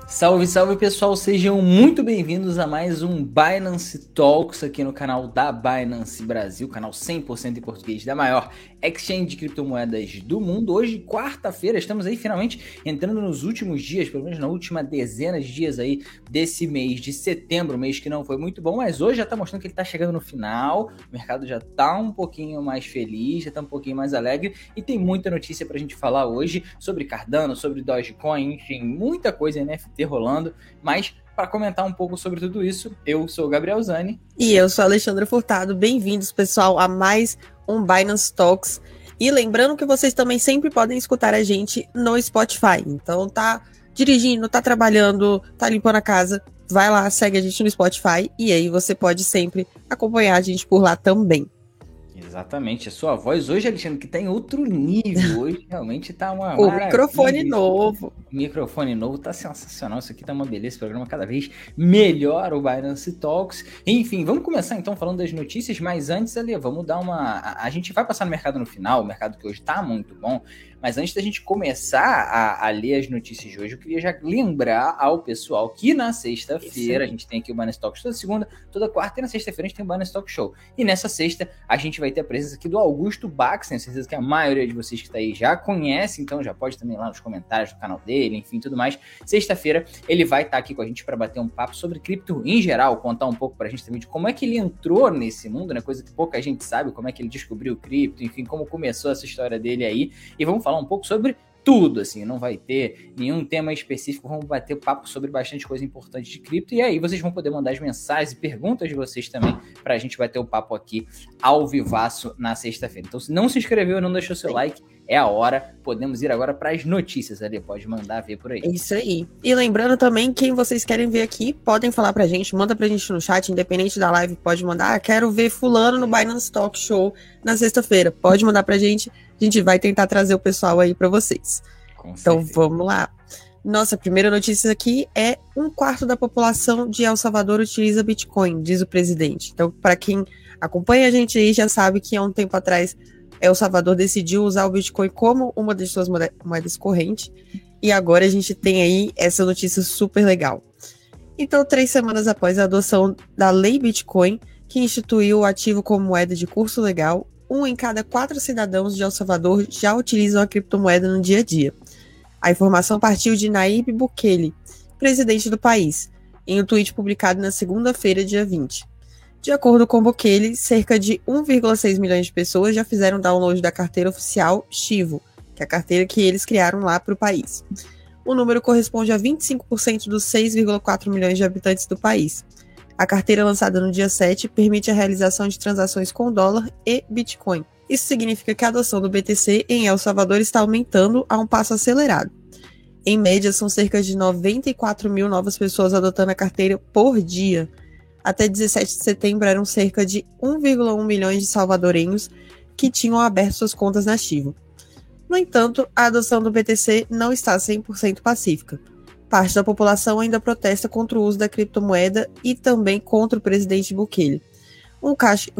Salve, salve pessoal, sejam muito bem-vindos a mais um Binance Talks aqui no canal da Binance Brasil, canal 100% em português da maior exchange de criptomoedas do mundo. Hoje, quarta-feira, estamos aí finalmente entrando nos últimos dias, pelo menos na última dezena de dias aí desse mês de setembro, mês que não foi muito bom, mas hoje já tá mostrando que ele tá chegando no final, o mercado já tá um pouquinho mais feliz, já tá um pouquinho mais alegre e tem muita notícia pra gente falar hoje sobre Cardano, sobre Dogecoin, enfim, muita coisa NFT rolando, mas para comentar um pouco sobre tudo isso, eu sou o Gabriel Zani. E eu sou a Alexandra Furtado. Bem-vindos, pessoal, a mais um Binance Talks. E lembrando que vocês também sempre podem escutar a gente no Spotify. Então, tá dirigindo, tá trabalhando, tá limpando a casa, vai lá, segue a gente no Spotify e aí você pode sempre acompanhar a gente por lá também. Exatamente, a sua voz hoje, Alexandre, que tá em outro nível, hoje realmente tá uma O maravilha. microfone novo. O microfone novo tá sensacional, isso aqui tá uma beleza, esse programa cada vez melhor, o Binance Talks. Enfim, vamos começar então falando das notícias, mas antes, ali, vamos dar uma... A gente vai passar no mercado no final, o mercado que hoje tá muito bom, mas antes da gente começar a ler as notícias de hoje, eu queria já lembrar ao pessoal que na sexta-feira, a gente tem aqui o Binance Talks toda segunda, toda quarta, e na sexta-feira a gente tem o Binance Talk Show. E nessa sexta, a gente vai ter a presença aqui do Augusto Bax, tenho certeza que a maioria de vocês que está aí já conhece, então já pode também ir lá nos comentários do canal dele, enfim, tudo mais. Sexta-feira, ele vai estar aqui com a gente para bater um papo sobre cripto em geral, contar um pouco pra gente também de como é que ele entrou nesse mundo, né, coisa que pouca gente sabe, como é que ele descobriu o cripto, enfim, como começou essa história dele aí, e vamos falar um pouco sobre tudo, assim, não vai ter nenhum tema específico, vamos bater papo sobre bastante coisa importante de cripto, e aí vocês vão poder mandar as mensagens e perguntas de vocês também, pra gente bater o papo aqui ao vivaço na sexta-feira. Então, se não se inscreveu, não deixou seu like, é a hora, podemos ir agora para as notícias ali, pode mandar ver por aí. É isso aí. E lembrando também, quem vocês querem ver aqui, podem falar pra gente, manda pra gente no chat, independente da live, pode mandar, quero ver fulano no Binance Talk Show na sexta-feira, pode mandar pra gente, a gente vai tentar trazer o pessoal aí pra vocês. Então vamos lá. Nossa primeira notícia aqui é 1/4 da população de El Salvador utiliza Bitcoin, diz o presidente. Então, para quem acompanha a gente aí, já sabe que há um tempo atrás El Salvador decidiu usar o Bitcoin como uma das suas moedas correntes. E agora a gente tem aí essa notícia super legal. Então, 3 semanas após a adoção da lei Bitcoin, que instituiu o ativo como moeda de curso legal, 1 em cada 4 cidadãos de El Salvador já utilizam a criptomoeda no dia a dia. A informação partiu de Nayib Bukele, presidente do país, em um tweet publicado na segunda-feira, dia 20. De acordo com Bukele, cerca de 1,6 milhões de pessoas já fizeram download da carteira oficial Chivo, que é a carteira que eles criaram lá para o país. O número corresponde a 25% dos 6,4 milhões de habitantes do país. A carteira lançada no dia 7 permite a realização de transações com dólar e Bitcoin. Isso significa que a adoção do BTC em El Salvador está aumentando a um passo acelerado. Em média, são cerca de 94 mil novas pessoas adotando a carteira por dia. Até 17 de setembro, eram cerca de 1,1 milhões de salvadorenhos que tinham aberto suas contas na Chivo. No entanto, a adoção do BTC não está 100% pacífica. Parte da população ainda protesta contra o uso da criptomoeda e também contra o presidente Bukele. Um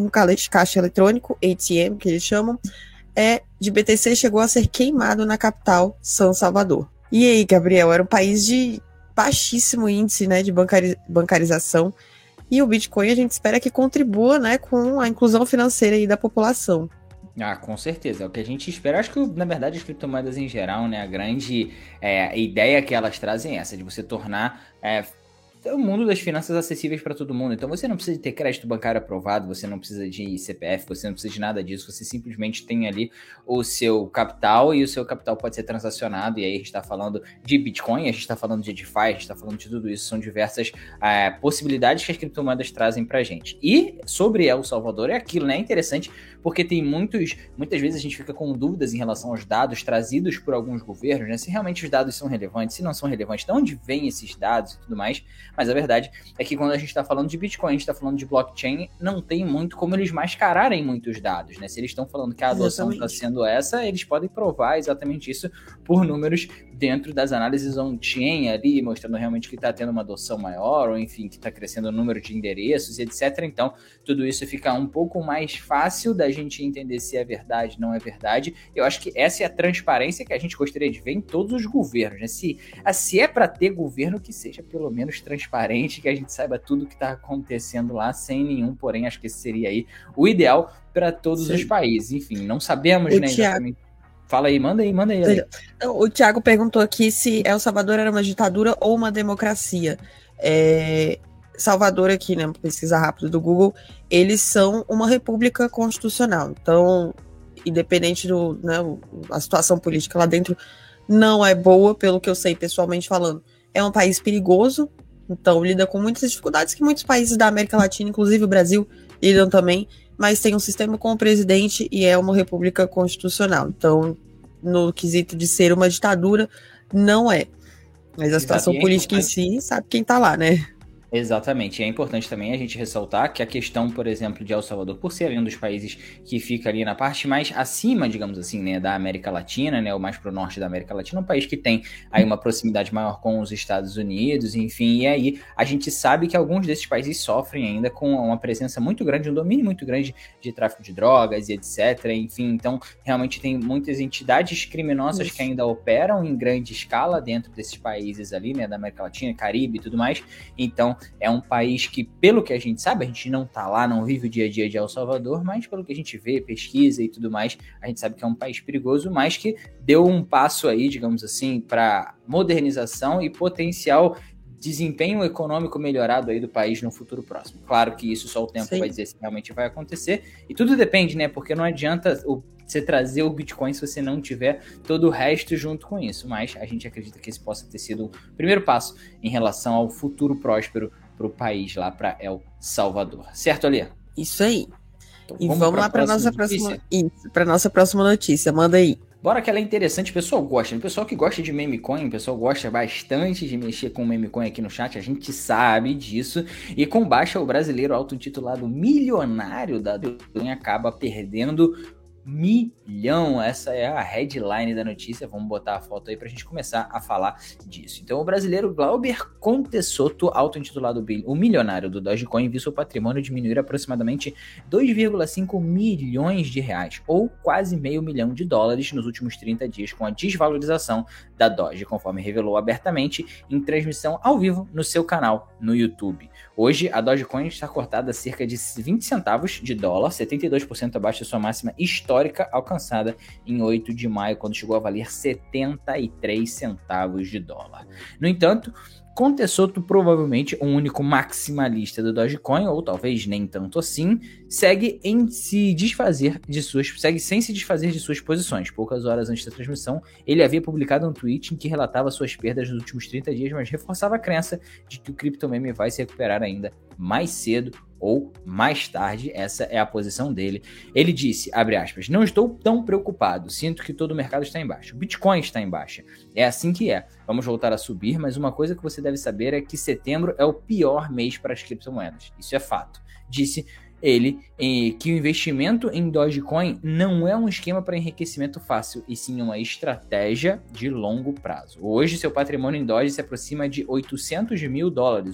caixa eletrônico, ATM, que eles chamam, de BTC chegou a ser queimado na capital, São Salvador. E aí, Gabriel, era um país de baixíssimo índice, né, de bancarização, e o Bitcoin a gente espera que contribua, né, com a inclusão financeira aí da população. Ah, com certeza, é o que a gente espera. Acho que, na verdade, as criptomoedas em geral, né, a grande ideia que elas trazem é essa, de você tornar o mundo das finanças acessíveis para todo mundo. Então você não precisa de ter crédito bancário aprovado, você não precisa de CPF, você não precisa de nada disso, você simplesmente tem ali o seu capital e o seu capital pode ser transacionado, e aí a gente está falando de Bitcoin, a gente está falando de DeFi, a gente está falando de tudo isso, são diversas possibilidades que as criptomoedas trazem pra gente. E sobre El Salvador é aquilo, né, é interessante porque tem muitas vezes a gente fica com dúvidas em relação aos dados trazidos por alguns governos, né, se realmente os dados são relevantes, se não são relevantes, de onde vêm esses dados e tudo mais. Mas a verdade é que quando a gente está falando de Bitcoin, a gente está falando de blockchain, não tem muito como eles mascararem muitos dados, né? Se eles estão falando que a adoção está sendo essa, eles podem provar exatamente isso por números dentro das análises on-chain ali, mostrando realmente que está tendo uma adoção maior, ou enfim, que está crescendo o número de endereços, etc. Então, tudo isso fica um pouco mais fácil da gente entender se é verdade ou não é verdade. Eu acho que essa é a transparência que a gente gostaria de ver em todos os governos, né? Se é para ter governo, que seja pelo menos transparente, que a gente saiba tudo que está acontecendo lá, sem nenhum, porém, acho que esse seria aí o ideal para todos os países. Enfim, não sabemos, né, exatamente. Fala aí, manda aí. O Thiago perguntou aqui se El Salvador era uma ditadura ou uma democracia. Salvador aqui, né, pesquisa rápida do Google, eles são uma república constitucional. Então, independente a situação política lá dentro não é boa, pelo que eu sei pessoalmente falando. É um país perigoso, então lida com muitas dificuldades que muitos países da América Latina, inclusive o Brasil, lidam também, mas tem um sistema com o presidente e é uma república constitucional. Então, no quesito de ser uma ditadura, não é. Mas a situação política em si, sabe quem tá lá, né? Exatamente, e é importante também a gente ressaltar que a questão, por exemplo, de El Salvador, por ser um dos países que fica ali na parte mais acima, digamos assim, né, da América Latina, né, ou mais para o norte da América Latina, um país que tem aí uma proximidade maior com os Estados Unidos, enfim, e aí a gente sabe que alguns desses países sofrem ainda com uma presença muito grande, um domínio muito grande de tráfico de drogas e etc, enfim, então realmente tem muitas entidades criminosas que ainda operam em grande escala dentro desses países ali, né, da América Latina, Caribe e tudo mais, então é um país que, pelo que a gente sabe, a gente não tá lá, não vive o dia a dia de El Salvador, mas pelo que a gente vê, pesquisa e tudo mais, a gente sabe que é um país perigoso, mas que deu um passo aí, digamos assim, para modernização e potencial desempenho econômico melhorado aí do país no futuro próximo. Claro que isso só o tempo vai dizer se realmente vai acontecer, e tudo depende, né, porque não adianta você trazer o Bitcoin se você não tiver todo o resto junto com isso, mas a gente acredita que esse possa ter sido o primeiro passo em relação ao futuro próspero para o país lá, para El Salvador. Certo, Alê? Isso aí. Então, e vamos lá para nossa próxima notícia. Manda aí. Bora, que ela é interessante, o pessoal gosta. O pessoal que gosta de meme coin, o pessoal gosta bastante de mexer com meme coin aqui no chat, a gente sabe disso. E com baixa, o brasileiro auto-intitulado milionário da Dogecoin acaba perdendo milhão. Essa é a headline da notícia. Vamos botar a foto aí pra gente começar a falar disso. Então, o brasileiro Glauber Contesoto, auto-intitulado o milionário do Dogecoin, viu seu patrimônio diminuir aproximadamente 2,5 milhões de reais, ou quase $500 mil nos últimos 30 dias, com a desvalorização da Doge, conforme revelou abertamente em transmissão ao vivo no seu canal no YouTube. Hoje, a Dogecoin está cotada a cerca de 20 centavos de dólar, 72% abaixo da sua máxima histórica alcançada em 8 de maio, quando chegou a valer 73 centavos de dólar. No entanto, Contesoto, provavelmente um único maximalista do Dogecoin, ou talvez nem tanto assim, segue sem se desfazer de suas posições. Poucas horas antes da transmissão, ele havia publicado um tweet em que relatava suas perdas nos últimos 30 dias, mas reforçava a crença de que o criptomeme vai se recuperar ainda mais cedo ou mais tarde. Essa é a posição dele. Ele disse, abre aspas, não estou tão preocupado, sinto que todo o mercado está em baixa. O Bitcoin está em baixa. É assim que é. Vamos voltar a subir, mas uma coisa que você deve saber é que setembro é o pior mês para as criptomoedas. Isso é fato. Disse ele que o investimento em Dogecoin não é um esquema para enriquecimento fácil, e sim uma estratégia de longo prazo. Hoje, seu patrimônio em Doge se aproxima de $800 mil,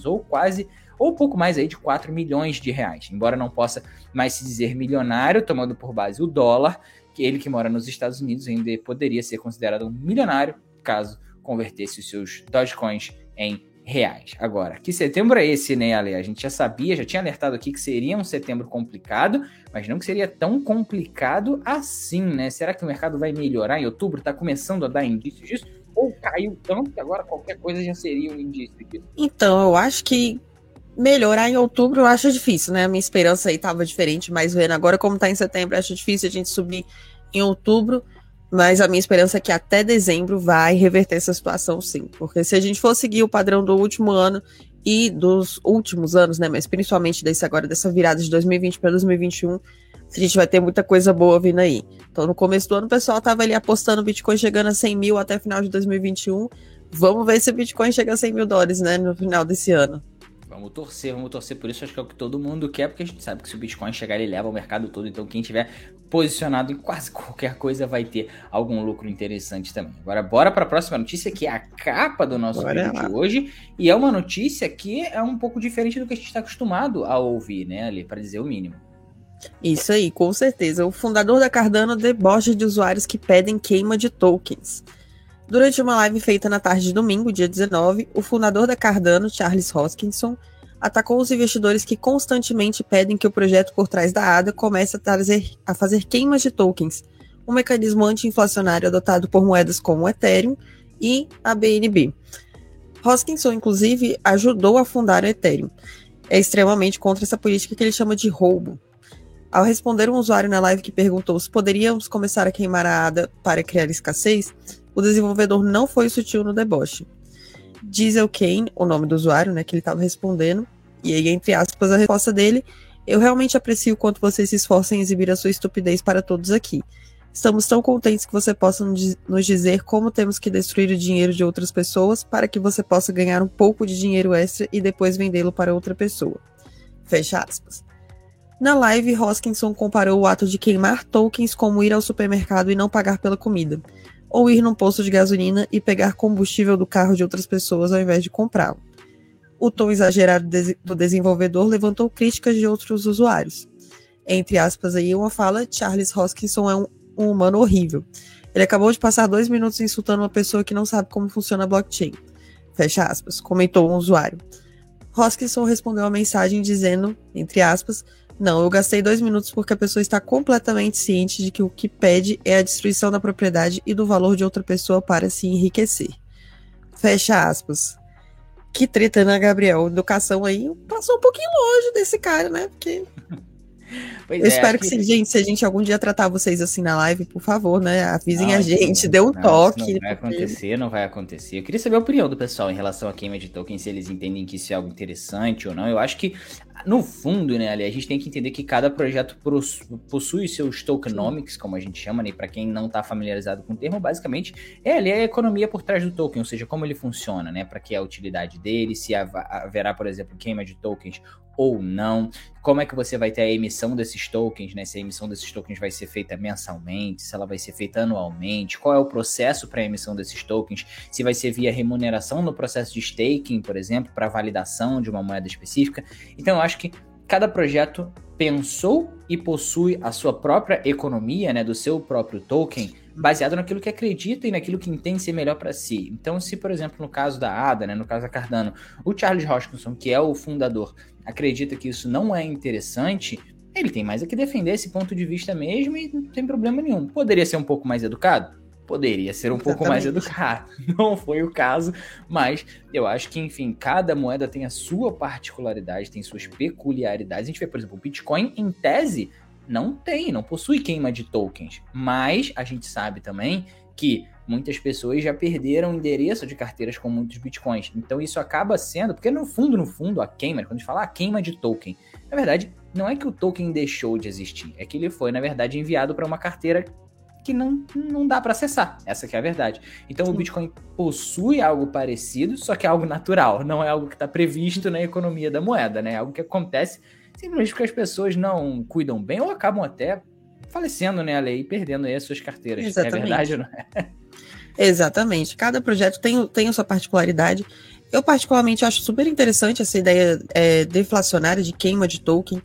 ou pouco mais aí de 4 milhões de reais. Embora não possa mais se dizer milionário, tomando por base o dólar, que ele que mora nos Estados Unidos ainda poderia ser considerado um milionário caso convertesse os seus Dogecoins em reais. Agora, que setembro é esse, né, Ale? A gente já sabia, já tinha alertado aqui que seria um setembro complicado, mas não que seria tão complicado assim, né? Será que o mercado vai melhorar em outubro? Tá começando a dar indícios disso? Ou caiu tanto que agora qualquer coisa já seria um indício disso? Então, eu acho que melhorar em outubro eu acho difícil, né? A minha esperança aí tava diferente, mas vendo agora como tá em setembro, eu acho difícil a gente subir em outubro, mas a minha esperança é que até dezembro vai reverter essa situação, sim. Porque se a gente for seguir o padrão do último ano e dos últimos anos, né? Mas principalmente dessa virada de 2020 para 2021, a gente vai ter muita coisa boa vindo aí. Então, no começo do ano, o pessoal tava ali apostando o Bitcoin chegando a 100 mil até o final de 2021. Vamos ver se o Bitcoin chega a $100 mil, né? No final desse ano. Vamos torcer por isso, acho que é o que todo mundo quer, porque a gente sabe que se o Bitcoin chegar, ele leva o mercado todo, então quem tiver posicionado em quase qualquer coisa vai ter algum lucro interessante também. Agora, bora para a próxima notícia, que é a capa do nosso vídeo de hoje, e é uma notícia que é um pouco diferente do que a gente está acostumado a ouvir, né, ali, para dizer o mínimo. Isso aí, com certeza. O fundador da Cardano debocha de usuários que pedem queima de tokens. Durante uma live feita na tarde de domingo, dia 19, o fundador da Cardano, Charles Hoskinson, atacou os investidores que constantemente pedem que o projeto por trás da ADA comece a fazer queimas de tokens, um mecanismo anti-inflacionário adotado por moedas como o Ethereum e a BNB. Hoskinson, inclusive, ajudou a fundar o Ethereum. É extremamente contra essa política que ele chama de roubo. Ao responder um usuário na live que perguntou se poderíamos começar a queimar a ADA para criar escassez, o desenvolvedor não foi sutil no deboche. Diesel Kane, o nome do usuário, né, que ele estava respondendo, e aí, entre aspas, a resposta dele: eu realmente aprecio o quanto vocês se esforçam em exibir a sua estupidez para todos aqui. Estamos tão contentes que você possa nos dizer como temos que destruir o dinheiro de outras pessoas para que você possa ganhar um pouco de dinheiro extra e depois vendê-lo para outra pessoa. Fecha aspas. Na live, Hoskinson comparou o ato de queimar tokens como ir ao supermercado e não pagar pela comida, ou ir num posto de gasolina e pegar combustível do carro de outras pessoas ao invés de comprá-lo. O tom exagerado do desenvolvedor levantou críticas de outros usuários. Entre aspas, aí uma fala: Charles Hoskinson é um humano horrível. Ele acabou de passar 2 minutos insultando uma pessoa que não sabe como funciona a blockchain. Fecha aspas, comentou um usuário. Hoskinson respondeu a mensagem dizendo, entre aspas: não, eu gastei 2 minutos porque a pessoa está completamente ciente de que o que pede é a destruição da propriedade e do valor de outra pessoa para se enriquecer. Fecha aspas. Que treta, né, Gabriel? Educação aí passou um pouquinho longe desse cara, né? Porque... Pois eu espero que, gente, se a gente algum dia tratar vocês assim na live, por favor, né? Avisem a gente, dê um toque. Não vai acontecer, não vai acontecer. Eu queria saber a opinião do pessoal em relação à queima de tokens, se eles entendem que isso é algo interessante ou não. Eu acho que, no fundo, né, Ali, a gente tem que entender que cada projeto possui seus tokenomics, como a gente chama, né? Para quem não está familiarizado com o termo, basicamente ali a economia por trás do token, ou seja, como ele funciona, né? Para que é a utilidade dele, se haverá, por exemplo, queima de tokens ou não, como é que você vai ter a emissão desses tokens, né? Se a emissão desses tokens vai ser feita mensalmente, se ela vai ser feita anualmente, qual é o processo para a emissão desses tokens, se vai ser via remuneração no processo de staking, por exemplo, para validação de uma moeda específica. Então eu acho que cada projeto pensou e possui a sua própria economia, né, do seu próprio token, baseado naquilo que acredita e naquilo que entende ser melhor para si. Então, se, por exemplo, no caso da ADA, né, no caso da Cardano, o Charles Hoskinson, que é o fundador, acredita que isso não é interessante, ele tem mais a que defender esse ponto de vista mesmo e não tem problema nenhum. Poderia ser um pouco mais educado? Poderia ser um pouco mais educado. Não foi o caso, mas eu acho que, enfim, cada moeda tem a sua particularidade, tem suas peculiaridades. A gente vê, por exemplo, o Bitcoin, em tese, não possui queima de tokens, mas a gente sabe também que muitas pessoas já perderam o endereço de carteiras com muitos bitcoins. Então isso acaba sendo, porque no fundo, a queima, quando a gente fala a queima de token, na verdade, não é que o token deixou de existir, é que ele foi, na verdade, enviado para uma carteira que não dá para acessar, essa que é a verdade. Então, sim, o Bitcoin possui algo parecido, só que é algo natural, não é algo que está previsto na economia da moeda, né? É algo que acontece simplesmente porque as pessoas não cuidam bem ou acabam até falecendo, né, a lei, e perdendo aí as suas carteiras. Exatamente. É verdade ou não é? Exatamente. Cada projeto tem a sua particularidade. Eu, particularmente, acho super interessante essa ideia deflacionária de queima de token.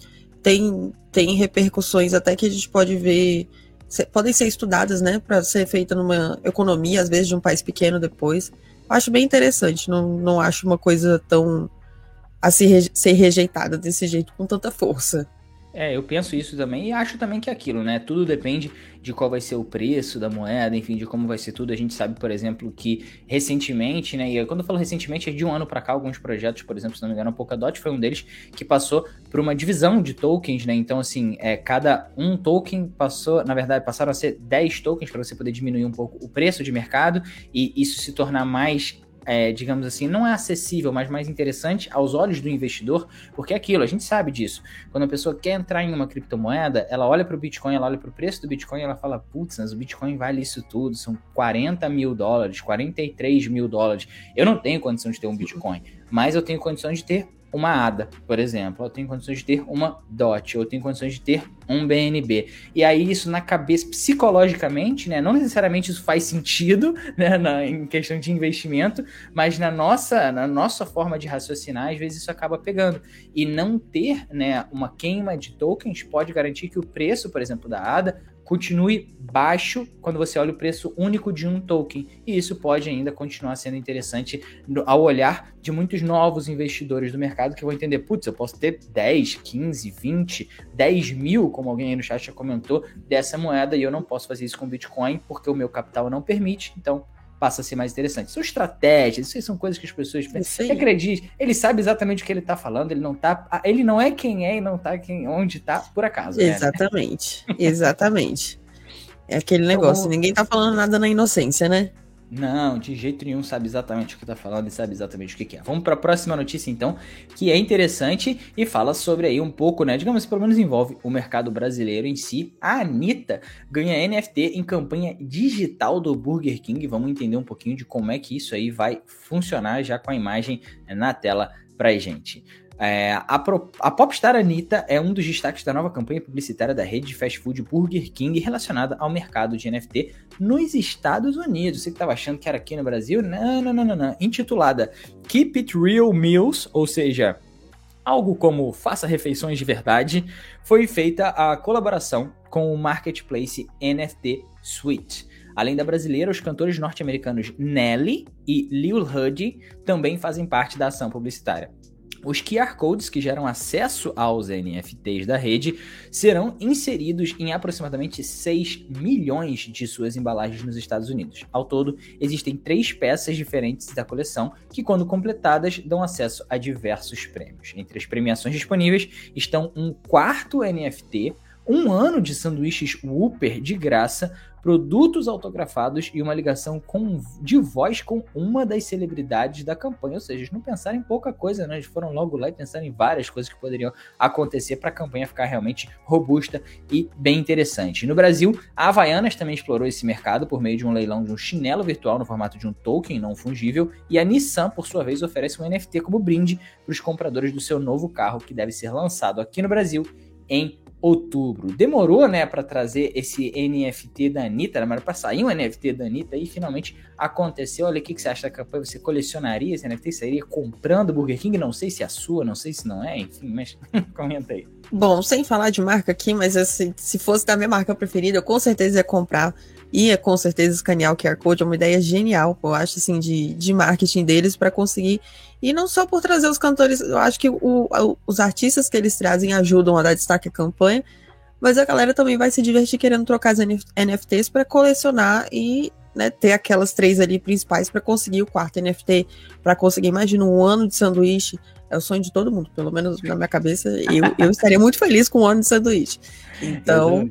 Tem repercussões até que a gente pode ver, podem ser estudadas, né, para ser feita numa economia, às vezes, de um país pequeno depois. Acho bem interessante. Não acho uma coisa tão a ser rejeitada desse jeito com tanta força. Eu penso isso também e acho também que é aquilo, né? Tudo depende de qual vai ser o preço da moeda, enfim, de como vai ser tudo. A gente sabe, por exemplo, que recentemente, né? E quando eu falo recentemente, é de um ano para cá, alguns projetos, por exemplo, se não me engano, a Polkadot foi um deles que passou por uma divisão de tokens, né? Então, assim, cada um token passaram a ser 10 tokens para você poder diminuir um pouco o preço de mercado e isso se tornar mais, digamos assim, não é acessível, mas mais interessante aos olhos do investidor, porque é aquilo, a gente sabe disso. Quando a pessoa quer entrar em uma criptomoeda, ela olha para o Bitcoin, ela olha para o preço do Bitcoin e ela fala, putz, mas o Bitcoin vale isso tudo, são $40 mil, $43 mil. Eu não tenho condição de ter um Bitcoin, mas eu tenho condição de ter uma ADA, por exemplo, eu tenho condições de ter uma DOT, eu tenho condições de ter um BNB. E aí isso na cabeça, psicologicamente, né, não necessariamente isso faz sentido, né, em questão de investimento, mas na nossa forma de raciocinar, às vezes isso acaba pegando. E não ter, né, uma queima de tokens pode garantir que o preço, por exemplo, da ADA continue baixo quando você olha o preço único de um token. E isso pode ainda continuar sendo interessante ao olhar de muitos novos investidores do mercado que vão entender, putz, eu posso ter 10, 15, 20, 10 mil, como alguém aí no chat já comentou, dessa moeda e eu não posso fazer isso com Bitcoin porque o meu capital não permite, então passa a ser mais interessante. São estratégias, isso são coisas que as pessoas pensam. Acredite, ele sabe exatamente o que ele está falando, ele não é quem é e não está onde está por acaso. Exatamente, né? Exatamente. É aquele negócio, então, ninguém tá falando nada na inocência, né? Não, de jeito nenhum sabe exatamente o que tá falando e sabe exatamente o que é. Vamos para a próxima notícia, então, que é interessante e fala sobre aí um pouco, né? Digamos, pelo menos envolve o mercado brasileiro em si. A Anitta ganha NFT em campanha digital do Burger King. Vamos entender um pouquinho de como é que isso aí vai funcionar já com a imagem na tela pra gente. A popstar Anitta é um dos destaques da nova campanha publicitária da rede de fast food Burger King relacionada ao mercado de NFT nos Estados Unidos. Você que estava achando que era aqui no Brasil? Não. Intitulada Keep It Real Meals, ou seja, algo como Faça Refeições de Verdade, foi feita a colaboração com o marketplace NFT Suite. Além da brasileira, os cantores norte-americanos Nelly e Lil Huddy também fazem parte da ação publicitária. Os QR Codes que geram acesso aos NFTs da rede serão inseridos em aproximadamente 6 milhões de suas embalagens nos Estados Unidos. Ao todo, existem 3 peças diferentes da coleção que, quando completadas, dão acesso a diversos prêmios. Entre as premiações disponíveis estão um quarto NFT, 1 ano de sanduíches Whopper de graça, produtos autografados e uma ligação de voz com uma das celebridades da campanha. Ou seja, eles não pensaram em pouca coisa, né? Eles foram logo lá e pensaram em várias coisas que poderiam acontecer para a campanha ficar realmente robusta e bem interessante. No Brasil, a Havaianas também explorou esse mercado por meio de um leilão de um chinelo virtual no formato de um token não fungível, e a Nissan, por sua vez, oferece um NFT como brinde para os compradores do seu novo carro, que deve ser lançado aqui no Brasil em outubro. Demorou, né, para trazer esse NFT da Anitta, mas para sair um NFT da Anitta e finalmente aconteceu. Olha, o que você acha da campanha? Você colecionaria esse NFT? Sairia comprando Burger King? Não sei se é a sua, não sei se não é, enfim, mas comenta aí. Bom, sem falar de marca aqui, mas assim, se fosse da minha marca preferida, eu com certeza ia comprar. Ia com certeza escanear o QR Code, é uma ideia genial, eu acho, assim, de marketing deles para conseguir, e não só por trazer os cantores, eu acho que os artistas que eles trazem ajudam a dar destaque à campanha, mas a galera também vai se divertir querendo trocar as NFTs para colecionar e, né, ter aquelas 3 ali principais para conseguir o quarto NFT, para conseguir, imagina, 1 ano de sanduíche, é o sonho de todo mundo, pelo menos na minha cabeça, eu estaria muito feliz com 1 ano de sanduíche, então...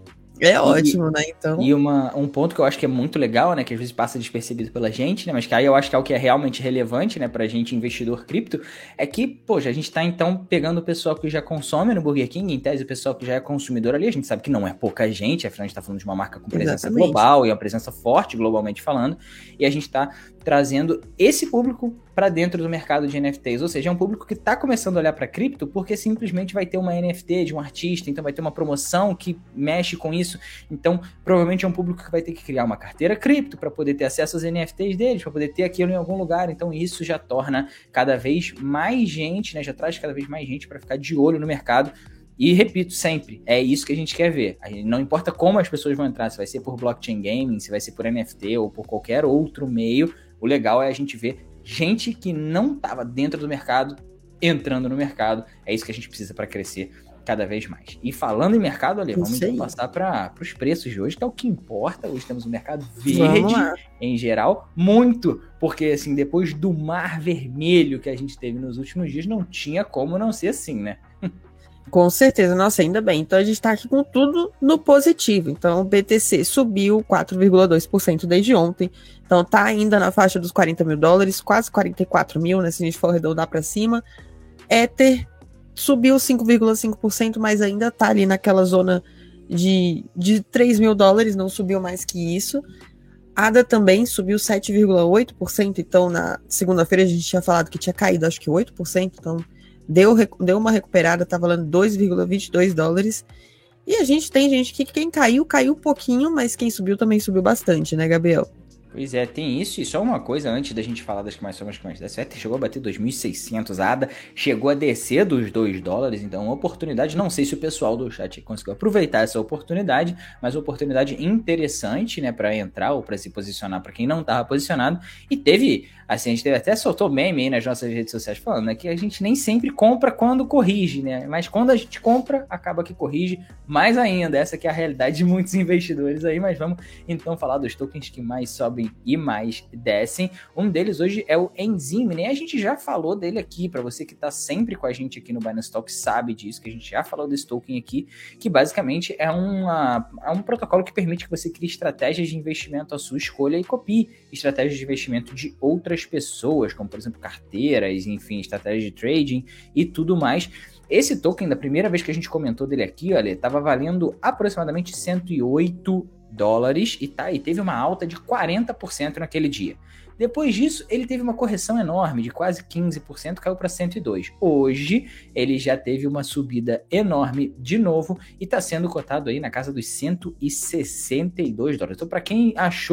É ótimo, né? Então... E um ponto que eu acho que é muito legal, né? Que às vezes passa despercebido pela gente, né? Mas que aí eu acho que é o que é realmente relevante, né? Pra gente, investidor cripto, é que, poxa, a gente tá então pegando o pessoal que já consome no Burger King, em tese o pessoal que já é consumidor ali, a gente sabe que não é pouca gente, afinal a gente tá falando de uma marca com presença global e uma presença forte globalmente falando, e a gente tá trazendo esse público para dentro do mercado de NFTs, ou seja, é um público que está começando a olhar para cripto porque simplesmente vai ter uma NFT de um artista, então vai ter uma promoção que mexe com isso, então provavelmente é um público que vai ter que criar uma carteira cripto para poder ter acesso aos NFTs deles, para poder ter aquilo em algum lugar, então isso já torna cada vez mais gente, né, já traz cada vez mais gente para ficar de olho no mercado. E repito sempre, é isso que a gente quer ver. Não importa como as pessoas vão entrar, se vai ser por blockchain gaming, se vai ser por NFT ou por qualquer outro meio, o legal é a gente ver gente que não estava dentro do mercado entrando no mercado. É isso que a gente precisa para crescer cada vez mais. E falando em mercado, olha, vamos então passar para os preços de hoje, que é o que importa. Hoje temos um mercado verde em geral, muito, porque assim, depois do mar vermelho que a gente teve nos últimos dias, não tinha como não ser assim, né? Com certeza, nossa, ainda bem. Então a gente tá aqui com tudo no positivo. Então o BTC subiu 4,2% desde ontem. Então tá ainda na faixa dos 40 mil dólares, quase 44 mil, né? Se a gente for arredondar para cima. Ether subiu 5,5%, mas ainda tá ali naquela zona de 3 mil dólares, não subiu mais que isso. ADA também subiu 7,8%. Então na segunda-feira a gente tinha falado que tinha caído, acho que 8%. Então deu uma recuperada, tá valendo 2,22 dólares. E a gente tem gente que quem caiu um pouquinho, mas quem subiu também subiu bastante, né, Gabriel? Pois é, tem isso. E só uma coisa antes da gente falar das que mais somos que mais desce. Chegou a bater 2.600, a ADA chegou a descer dos 2 dólares, então uma oportunidade. Não sei se o pessoal do chat conseguiu aproveitar essa oportunidade, mas uma oportunidade interessante, né, para entrar ou para se posicionar para quem não estava posicionado. E teve, assim, a gente até soltou meme aí nas nossas redes sociais falando, né, que a gente nem sempre compra quando corrige, né, mas quando a gente compra, acaba que corrige mais ainda. Essa que é a realidade de muitos investidores aí, mas vamos então falar dos tokens que mais sobem e mais descem. Um deles hoje é o Enzyme, né? A gente já falou dele aqui, para você que está sempre com a gente aqui no Binance Talk sabe disso, que a gente já falou desse token aqui, que basicamente é um protocolo que permite que você crie estratégias de investimento à sua escolha e copie estratégias de investimento de outras pessoas, como por exemplo carteiras, enfim, estratégias de trading e tudo mais. Esse token, da primeira vez que a gente comentou dele aqui, olha, estava valendo aproximadamente 108 dólares e teve uma alta de 40% naquele dia. Depois disso, ele teve uma correção enorme de quase 15%, caiu para 102. Hoje, ele já teve uma subida enorme de novo e está sendo cotado aí na casa dos 162 dólares. Então, para quem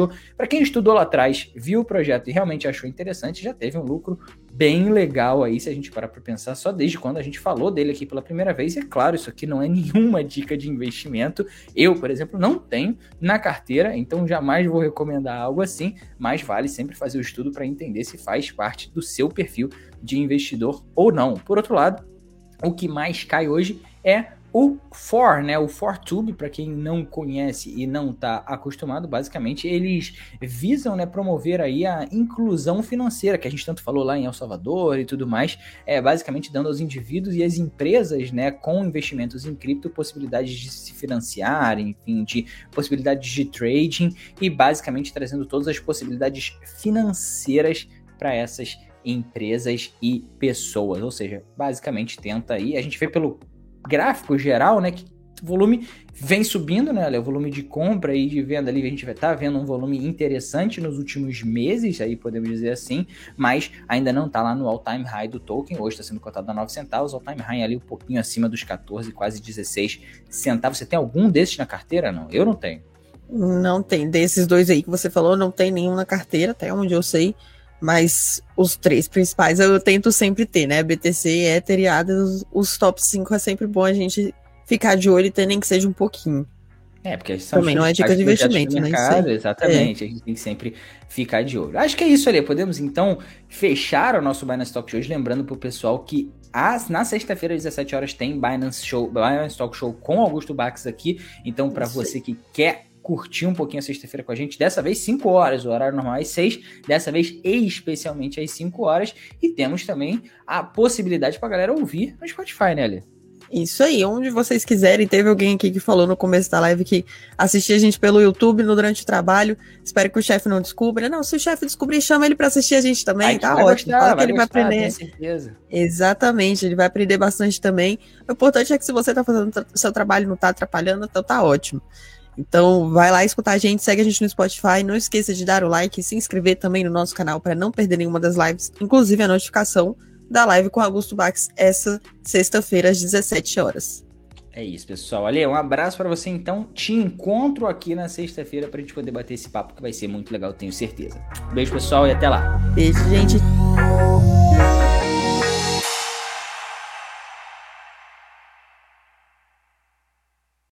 estudou lá atrás, viu o projeto e realmente achou interessante, já teve um lucro bem legal aí, se a gente parar para pensar, só desde quando a gente falou dele aqui pela primeira vez. E é claro, isso aqui não é nenhuma dica de investimento. Eu, por exemplo, não tenho na carteira, então jamais vou recomendar algo assim, mas vale sempre fazer o estudo para entender se faz parte do seu perfil de investidor ou não. Por outro lado, o que mais cai hoje é o FOR, né? O FORTube, para quem não conhece e não está acostumado, basicamente eles visam, né, promover aí a inclusão financeira, que a gente tanto falou lá em El Salvador e tudo mais, basicamente dando aos indivíduos e às empresas, né, com investimentos em cripto, possibilidades de se financiar, enfim, de possibilidades de trading e basicamente trazendo todas as possibilidades financeiras para essas empresas e pessoas, ou seja, basicamente tenta aí, a gente vê pelo gráfico geral, né, que o volume vem subindo, né, o volume de compra e de venda ali, a gente vai estar vendo um volume interessante nos últimos meses, aí podemos dizer assim, mas ainda não está lá no all-time high do token, hoje está sendo cotado a 9 centavos, all-time high ali um pouquinho acima dos 14, quase 16 centavos. Você tem algum desses na carteira? Não, eu não tenho. Não tem, desses dois aí que você falou, não tem nenhum na carteira, até onde eu sei. Mas os 3 principais eu tento sempre ter, né? BTC, Ether e ADA, os top 5 é sempre bom a gente ficar de olho e ter nem que seja um pouquinho. Porque são também não é dica de investimento, né? Exatamente, a gente tem que sempre ficar de olho. Acho que é isso ali, podemos então fechar o nosso Binance Talk de hoje, lembrando pro pessoal que na sexta-feira às 17 horas tem Binance Talk Show com Augusto Bax aqui, então para você que quer curtir um pouquinho a sexta-feira com a gente, dessa vez 5 horas, o horário normal é às 6, dessa vez especialmente às 5 horas, e temos também a possibilidade pra galera ouvir no Spotify, né, Ali? Isso aí, onde vocês quiserem. Teve alguém aqui que falou no começo da live que assistia a gente pelo YouTube durante o trabalho. Espero que o chefe não descubra. Não, se o chefe descobrir, chama ele para assistir a gente também. Tá ótimo. Fala que ele vai aprender. Com certeza. Exatamente, ele vai aprender bastante também. O importante é que se você tá fazendo o seu trabalho e não tá atrapalhando, então tá ótimo. Então vai lá escutar a gente, segue a gente no Spotify, não esqueça de dar o like e se inscrever também no nosso canal para não perder nenhuma das lives, inclusive a notificação da live com Augusto Bax essa sexta-feira às 17 horas. É isso, pessoal. Ali, um abraço para você, então. Te encontro aqui na sexta-feira pra gente poder bater esse papo que vai ser muito legal, tenho certeza. Beijo, pessoal, e até lá. Beijo, gente.